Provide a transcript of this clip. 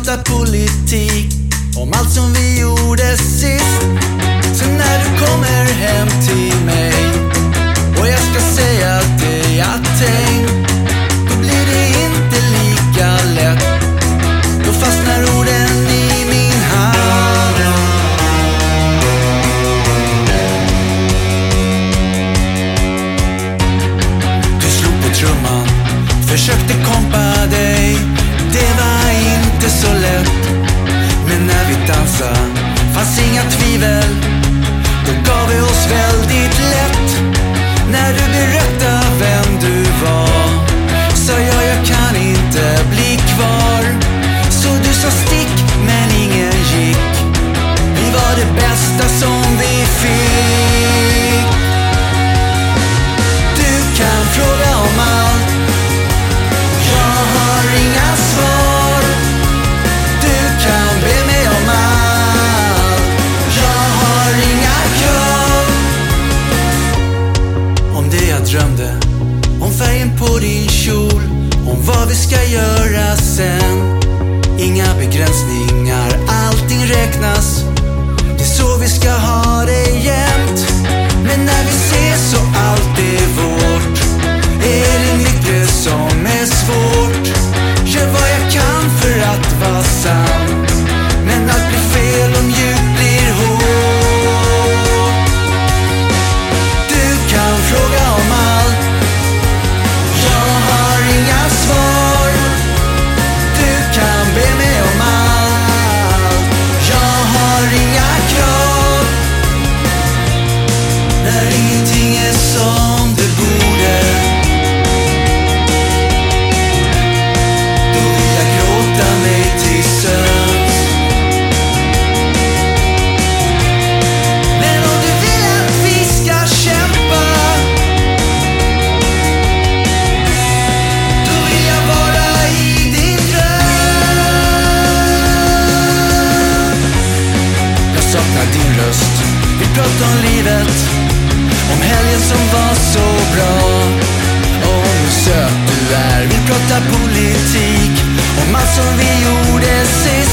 prata politik om allt som vi gjorde sist. Så när du kommer hem till mig och jag ska säga det jag tänkt, då blir det inte lika lätt. Då fastnar orden i min hand. Du slog på trumman, försökte kompa dig. Det var inte så lätt. Men när vi dansade fanns inga tvivel. Då gav vi oss väldigt lätt. När du berättade vem du var, sa jag kan inte bli kvar. Så du sa stick, men ingen gick. Vi var det bästa som vi fick. Du kan fråga om allt, jag har inga svar. Du kan be mig om allt, jag har inga krav. Om det jag drömde, om färgen på din kjol, om vad vi ska göra sen. Inga begränsningar, allting räknas. Det är så vi ska ha det jämt. Men när vi ses så allt är vårt, är det mycket som är svårt. Gör vad jag kan för att vara sann, men allt blir fel och mjukt blir hårt. Du kan fråga om allt, jag har inga svar. Du kan be mig om allt, jag har inga krav. När ingenting är som det borde, då vill jag gråta mig till sömns. Men om du vill att vi ska kämpa, då vill jag vara i din dröm. Jag saknar din röst. Vi pratar om livet, om helgen som var så bra. Om hur söt du är. Vi pratar politik om allt som vi gjorde sen.